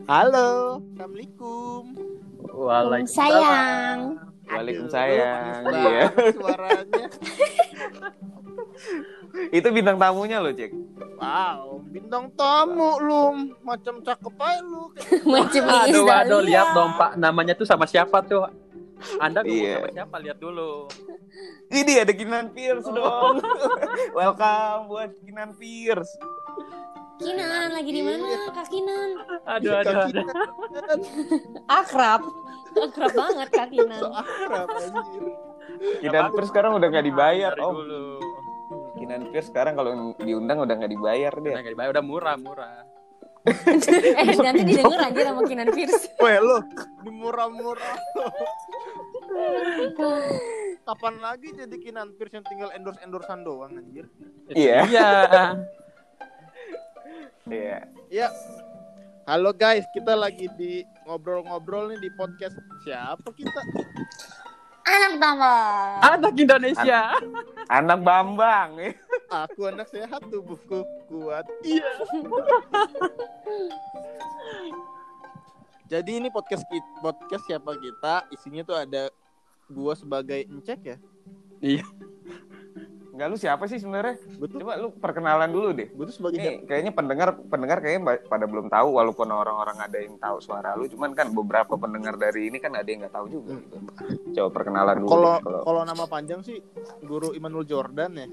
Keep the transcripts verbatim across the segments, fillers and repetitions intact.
Halo, assalamualaikum. Waalaikumsalam. Waalaikumsalam. Iya. Suaranya. Itu bintang tamunya lo, Cek. Wow, bintang tamu lu, macam cakep aja lu. Macam Aduh, Iis aduh, Dahlia. lihat dong Pak, namanya tuh sama siapa tuh? Anda ngomong Iya. sama siapa? Lihat dulu. Ini ada Kinan Pierce dong. Welcome buat Kinan Pierce. Kinan lagi di mana, Kak Kinan? Aduh, aduh, aduh. Akrab, akrab banget Kak Kinan. So akrab anjir. Kinan Pierce sekarang udah nggak dibayar, Dari Om. dulu. Kinan Pierce sekarang kalau diundang udah nggak dibayar Udah dia. nggak dibayar, udah murah, murah. eh nanti didengar aja sama Kinan Pierce. Weh lu, di murah-murah. Kapan lagi jadi Kinan Pierce yang tinggal endorse-endorsean doang anjir? Iya. Iya. Iya. Ya. Halo guys, kita lagi di ngobrol-ngobrol nih di podcast. Siapa kita? Anak tambah. Anak Indonesia. Anak Bambang. Aku anak sehat, tubuhku kuat. Iya. Jadi ini podcast kita, podcast siapa kita? Isinya tuh ada gua sebagai encek ya. Iya. Enggak, lu siapa sih sebenarnya? Betul. Coba lu perkenalan dulu deh. Gua tuh sebagai Nih, kayaknya pendengar pendengar kayaknya ba- pada belum tahu, walaupun orang-orang ada yang tahu suara lu, cuman kan beberapa pendengar dari ini kan ada yang nggak taau juga gitu. Coba perkenalan dulu. Kalau deh, kalau kalau nama panjang sih Guru Immanuel Jordan ya.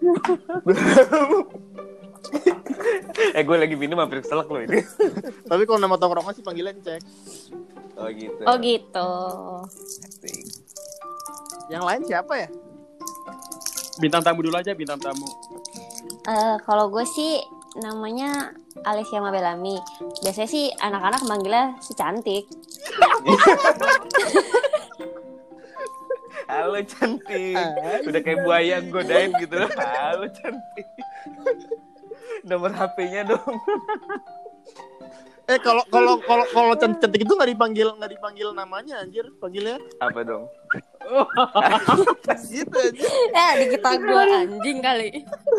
eh gue lagi minum hampir keselak lo ini. Tapi kalau nama tongkrongan sih panggilan encek. Oh gitu. Oh gitu. Asik. Yang lain siapa ya? Bintang tamu dulu aja, bintang tamu. Eh kalau gue sih namanya Alicia Mabelami. Biasanya sih anak-anak manggilnya si cantik. Halo cantik. Udah kayak buaya godain gitu. Halo cantik. Nomor H P-nya dong. Eh kalau kalau kalau kalau cantik itu nggak dipanggil nggak dipanggil namanya anjir, panggilnya Apa dong? gitu anjir. Eh dikit gue anjing kali.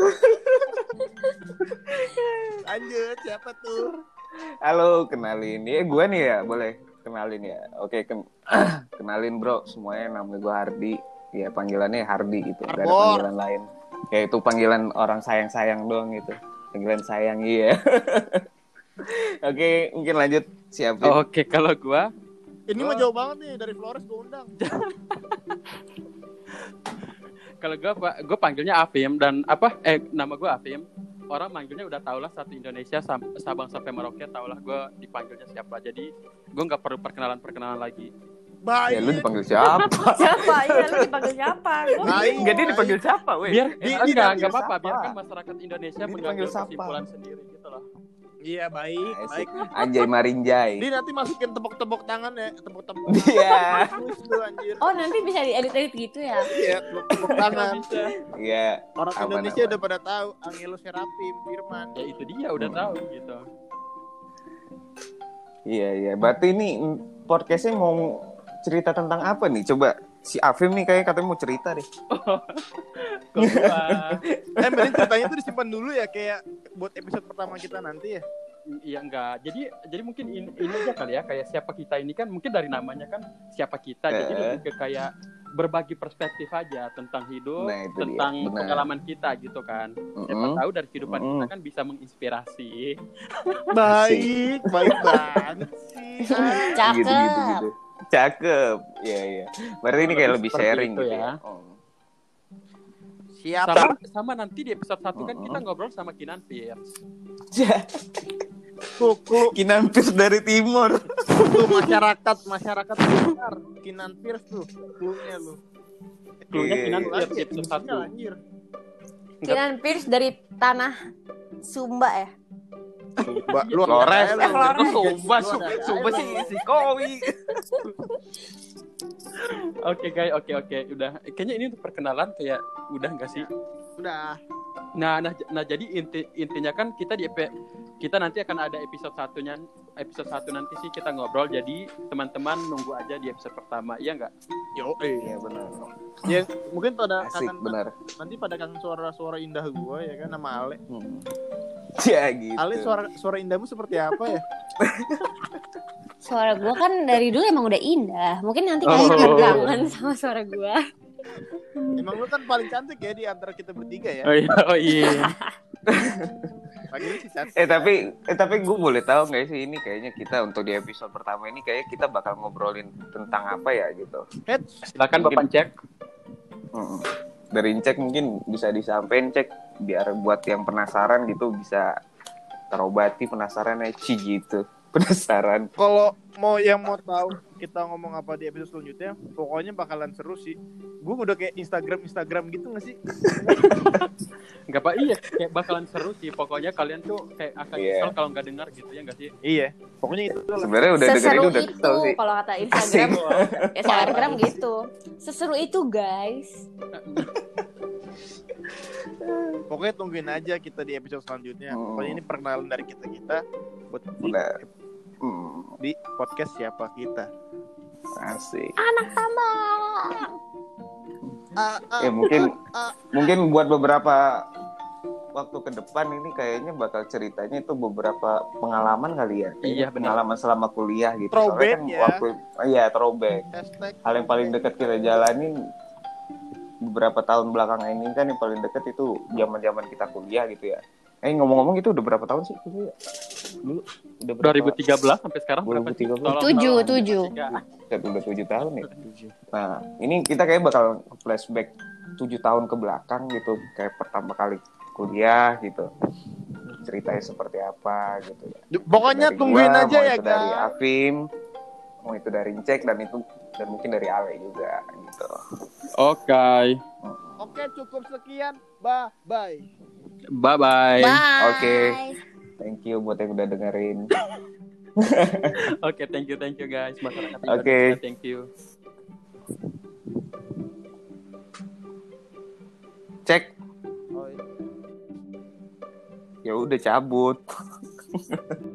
Lanjut, siapa tuh? Halo, kenalin. Ya gue nih ya, boleh kenalin ya. Oke, ken- kenalin bro, semuanya nama gue Hardi. Ya panggilannya Hardi gitu. Gak ada Arbor. panggilan lain. Ya itu panggilan orang sayang-sayang doang gitu. Panggilan sayang, iya. Oke, mungkin lanjut. Siapa? Oke, kalau gua Ini mah jauh banget nih dari Flores gue undang. kalau gua Pak, gua panggilnya Afim dan apa? Eh nama gua Afim. Orang manggilnya udah tau lah satu Indonesia sam- Sabang sampai Merauke tau lah gua dipanggilnya siapa. Jadi gua nggak perlu perkenalan-perkenalan lagi. Ya lu Baik. dipanggil siapa? Siapa? Iya lu dipanggil siapa? Gua Baik. Enggak, dia dipanggil siapa, weh? Biar Di- enggak dipanggil enggak apa-apa, siapa? biarkan masyarakat Indonesia Dia mengambil dipanggil siapa? kesimpulan sendiri gitu loh. Iya baik, baik. Anjay Marinjay. Dia nanti masukin tepuk-tepuk tangan ya, tepuk-tepuk. Iya. Terus lu anjir. Oh nanti bisa diedit-edit gitu ya? Iya, tepuk-tepuk tangan. Iya. Orang Aman, Indonesia aman. udah pada tahu Angelo Serapim, Firman. Ya itu dia udah tahu gitu. Iya, iya. Berarti ini mm, podcastnya mau cerita tentang apa nih? Coba si Afim nih kayak katanya mau cerita deh. Kok gua Eh, mending ceritanya tuh disimpan dulu ya kayak buat episode pertama kita nanti ya. iya enggak. Jadi jadi mungkin ini, ini aja kali ya kayak siapa kita ini kan mungkin dari namanya kan siapa kita. Jadi Eh. lebih ke kayak berbagi perspektif aja tentang hidup, Nah, itu tentang dia. Benar. pengalaman kita gitu kan. Siapa Mm-mm. tahu dari kehidupan Mm-mm. kita kan bisa menginspirasi. Baik, baik banget sih. Ah, Cakep. Gitu, gitu, gitu. Cakep. Iya, iya. Berarti ini kayak lebih Seperti sharing itu gitu ya. ya. Oh. Siapa? Sama sama nanti di episode satu kan Mm-mm. kita ngobrol sama Kinan Pierce. Tuh, clue, Kinan Pierce dari timur. tuh masyarakat, masyarakat besar. Kinan Pierce tuh, clue-nya lu. Clue-nya Iya, Kinan iya. Pierce di episode Isinya, satu. anjir. Kinan Pierce dari tanah Sumba ya? Sumba, lu Flores. ada- Eh, Flores. kok Sumba, Lu ada- Sumba sih si Kowi. Oke guys, oke oke, udah. Kayaknya ini untuk perkenalan kayak udah nggak sih? Udah. Nah, nah, nah jadi inti intinya kan kita di EP, kita nanti akan ada episode satunya, episode satu nanti sih kita ngobrol. Jadi teman-teman nunggu aja di episode pertama, iya nggak? Yo, Iya benar. ya mungkin pada Asik, kangen benar. nanti pada kangen suara-suara indah gua ya kan nama Ale. Hmm. Ya gitu. Ale suara suara indahmu seperti apa ya? Suara gue kan dari dulu emang udah indah. Mungkin nanti Oh. kalian kangen sama suara gue. Emang lu kan paling cantik ya di antara kita bertiga ya. Oh iya, oh iya. Pagi lu sih cantik. Eh tapi eh tapi gue boleh tahu nggak sih ini kayaknya kita untuk di episode pertama ini kayaknya kita bakal ngobrolin tentang apa ya gitu. Head. Silakan Bapak cek. Mm-mm. Dari Cek mungkin bisa disampaikan Cek biar buat yang penasaran gitu bisa terobati penasarannya Ci gitu. Penasaran. Kalau mau yang mau tahu kita ngomong apa di episode selanjutnya, pokoknya bakalan seru sih. Gue udah kayak Instagram Instagram gitu nggak sih? Enggak Pak, iya kayak bakalan seru sih. Pokoknya kalian tuh kayak akan Iya. kesel kalau nggak dengar gitu ya nggak sih? Iya. Pokoknya itu lah. Sebenarnya udah dengerin Seseru udah itu kesel sih. kalau kata Instagram. Ya Instagram gitu. Seseru itu guys. Pokoknya tungguin aja kita di episode selanjutnya. Hmm. Pokoknya ini perkenalan dari kita kita buat di, Udah. Hmm, di podcast siapa kita. asik. Anak tambang. Ah, ah, Ya mungkin ah. mungkin buat beberapa waktu ke depan ini kayaknya bakal ceritanya itu beberapa pengalaman kali ya. Kayaknya Iya, benar. pengalaman selama kuliah gitu. Throwback Soalnya kan ya. waktu iya throwback. Hashtag Hal yang paling dekat kita jalanin beberapa tahun belakangan ini kan yang paling dekat itu zaman-zaman kita kuliah gitu ya. Eh ngomong-ngomong itu udah berapa tahun sih kuliah? Dulu udah berapa? dua ribu tiga belas sampai sekarang dua ribu berapa sih? tiga belas. Tolong, Tujuh, tolong, tujuh. tiga. Set, udah tujuh tahun ya. Nah, ini kita kayak bakal flashback tujuh tahun ke belakang gitu, kayak pertama kali kuliah gitu. Ceritanya seperti apa gitu ya. Pokoknya Dari tungguin gua, aja mau ya itu dari guys. Afim, mau itu dari Cek dan itu dan mungkin dari Ale juga gitu. Oke. Oke, cukup sekian. Bye bye. Bye bye. Bye. Oke. Thank you buat yang udah dengerin. Oke, thank you, thank you guys. Masyarakat Oke. Indonesia, thank you. Cek. Oh, iya. Ya udah cabut.